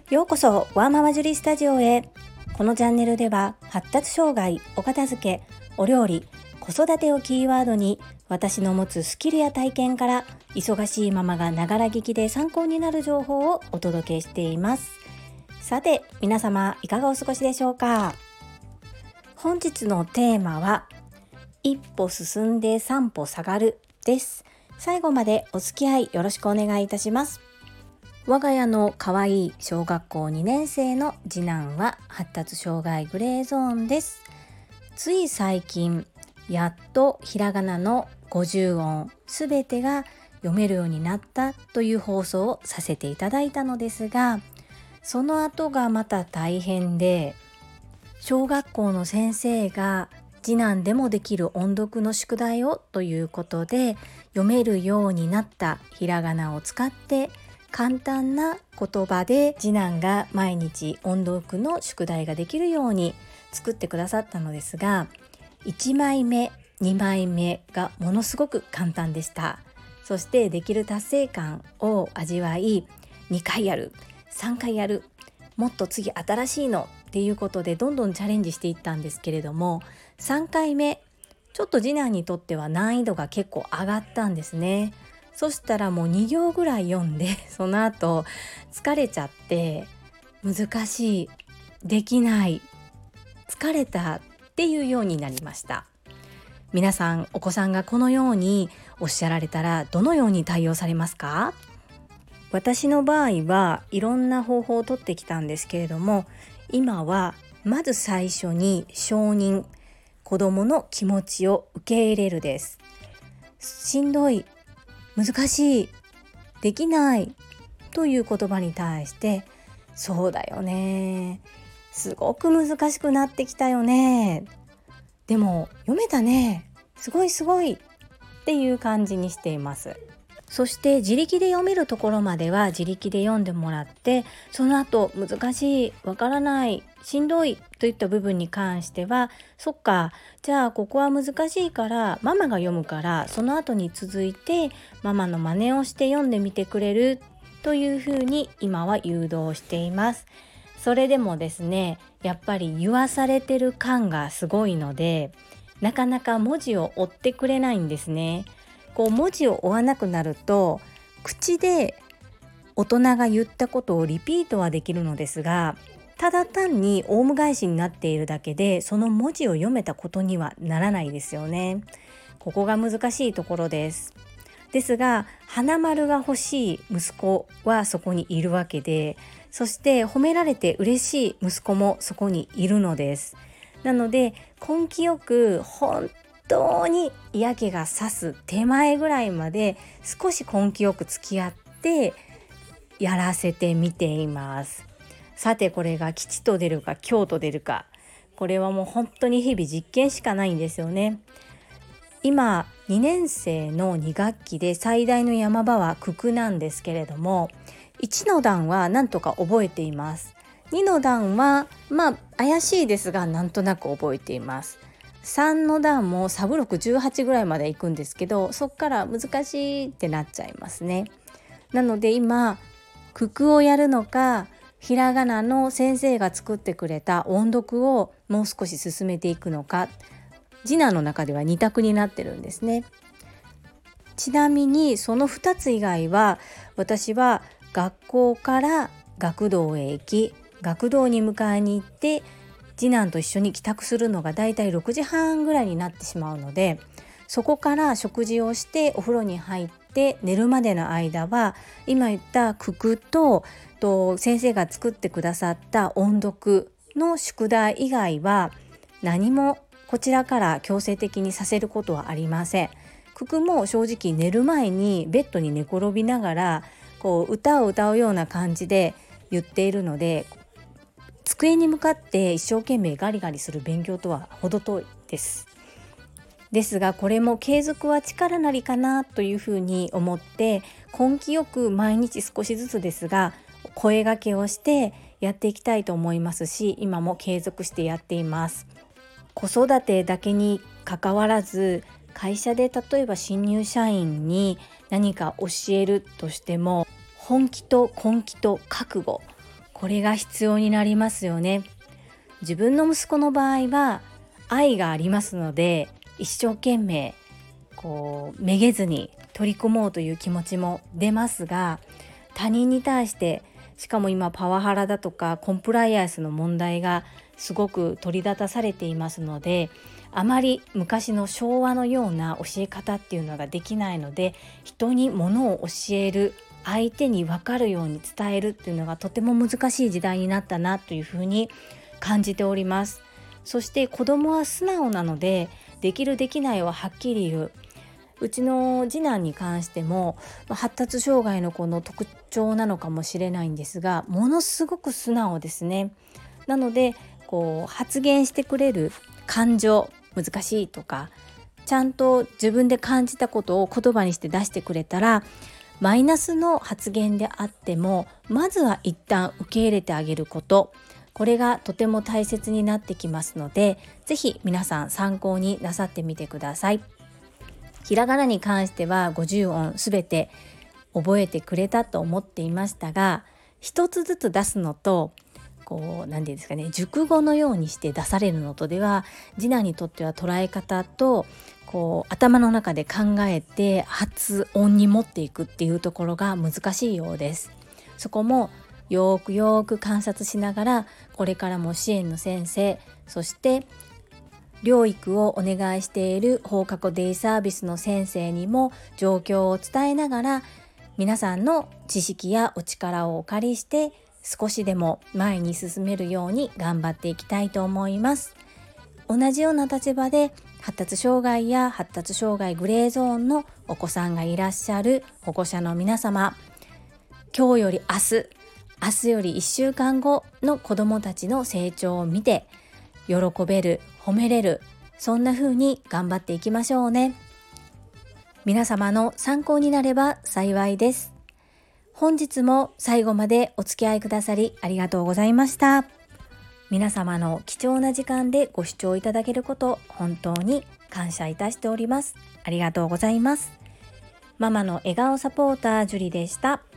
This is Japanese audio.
ようこそワーママジュリスタジオへ。このチャンネルでは発達障害、お片付け、お料理、子育てをキーワードに私の持つスキルや体験から忙しいママがながら聞きで参考になる情報をお届けしています。さて皆様いかがお過ごしでしょうか。本日のテーマは一歩進んで三歩下がるです。最後までお付き合いよろしくお願いいたします。我が家の可愛い小学校2年生の次男は発達障害グレーゾーンです。つい最近やっとひらがなの50音すべてが読めるようになったという放送をさせていただいたのですが、その後がまた大変で、小学校の先生が次男でもできる音読の宿題をということで読めるようになったひらがなを使って簡単な言葉で次男が毎日音読の宿題ができるように作ってくださったのですが、1枚目2枚目がものすごく簡単でした。そしてできる達成感を味わい、2回やる3回やる、もっと次新しいのっていうことでどんどんチャレンジしていったんですけれども、3回目ちょっと次男にとっては難易度が結構上がったんですね。そしたらもう2行ぐらい読んでその後疲れちゃって、難しい、できない、疲れたっていうようになりました。皆さんお子さんがこのようにおっしゃられたらどのように対応されますか？私の場合はいろんな方法を取ってきたんですけれども、今はまず最初に承認、子どもの気持ちを受け入れるです。しんどい、難しい、できないという言葉に対して、そうだよね、すごく難しくなってきたよね、でも読めたね、すごいすごいっていう感じにしています。そして自力で読めるところまでは自力で読んでもらって、その後難しい、わからない、しんどいといった部分に関しては、そっか、じゃあここは難しいからママが読むから、その後に続いてママの真似をして読んでみてくれるというふうに今は誘導しています。それでもですね、やっぱり言わされてる感がすごいので、なかなか文字を追ってくれないんですね。文字を追わなくなると、口で大人が言ったことをリピートはできるのですが、ただ単にオウム返しになっているだけでその文字を読めたことにはならないですよね。ここが難しいところです。ですが花丸が欲しい息子はそこにいるわけで、そして褒められて嬉しい息子もそこにいるのです。なので根気よく本当に嫌気がさす手前ぐらいまで少し根気よく付き合ってやらせてみています。さてこれが吉と出るか凶と出るか、これはもう本当に日々実験しかないんですよね。今2年生の2学期で最大の山場は九九なんですけれども、1の段はなんとか覚えています。2の段は怪しいですがなんとなく覚えています。3の段もサブロク18ぐらいまで行くんですけど、そっから難しいってなっちゃいますね。なので今九九をやるのか、ひらがなの先生が作ってくれた音読をもう少し進めていくのか、次男の中では2択になってるんですね。ちなみにその2つ以外は、私は学校から学童へ行き、学童に迎えに行って次男と一緒に帰宅するのがだいたい6時半ぐらいになってしまうので、そこから食事をしてお風呂に入って寝るまでの間は、今言った九九と先生が作ってくださった音読の宿題以外は何もこちらから強制的にさせることはありません。九九も正直寝る前にベッドに寝転びながら歌を歌うような感じで言っているので、机に向かって一生懸命ガリガリする勉強とは程遠いです。ですがこれも継続は力なりかなというふうに思って、根気よく毎日少しずつですが声掛けをしてやっていきたいと思いますし、今も継続してやっています。子育てだけに関わらず、会社で例えば新入社員に何か教えるとしても、本気と根気と覚悟、 これが必要になりますよね。自分の息子の場合は愛がありますので、一生懸命めげずに取り組もうという気持ちも出ますが、他人に対して、しかも今パワハラだとかコンプライアンスの問題がすごく取り沙汰されていますので、あまり昔の昭和のような教え方っていうのができないので、人に物を教える、相手に分かるように伝えるっていうのがとても難しい時代になったなというふうに感じております。そして子供は素直なので、できるできないははっきり言う。うちの次男に関しても発達障害の子の特徴なのかもしれないんですが、ものすごく素直ですね。なので発言してくれる感情、難しいとかちゃんと自分で感じたことを言葉にして出してくれたら、マイナスの発言であってもまずは一旦受け入れてあげること、これがとても大切になってきますので、ぜひ皆さん参考になさってみてください。ひらがなに関しては50音すべて覚えてくれたと思っていましたが、一つずつ出すのと何て言うんですかね、熟語のようにして出されるのとでは、次男にとっては捉え方と頭の中で考えて発音に持っていくっていうところが難しいようです。そこもよーく観察しながら、これからも支援の先生、そして療育をお願いしている放課後デイサービスの先生にも状況を伝えながら、皆さんの知識やお力をお借りして少しでも前に進めるように頑張っていきたいと思います。同じような立場で発達障害や発達障害グレーゾーンのお子さんがいらっしゃる保護者の皆様、今日より明日より1週間後の子どもたちの成長を見て喜べる、褒めれる、そんな風に頑張っていきましょうね。皆様の参考になれば幸いです。本日も最後までお付き合いくださりありがとうございました。皆様の貴重な時間でご視聴いただけること本当に感謝いたしております。ありがとうございます。ママの笑顔サポータージュリでした。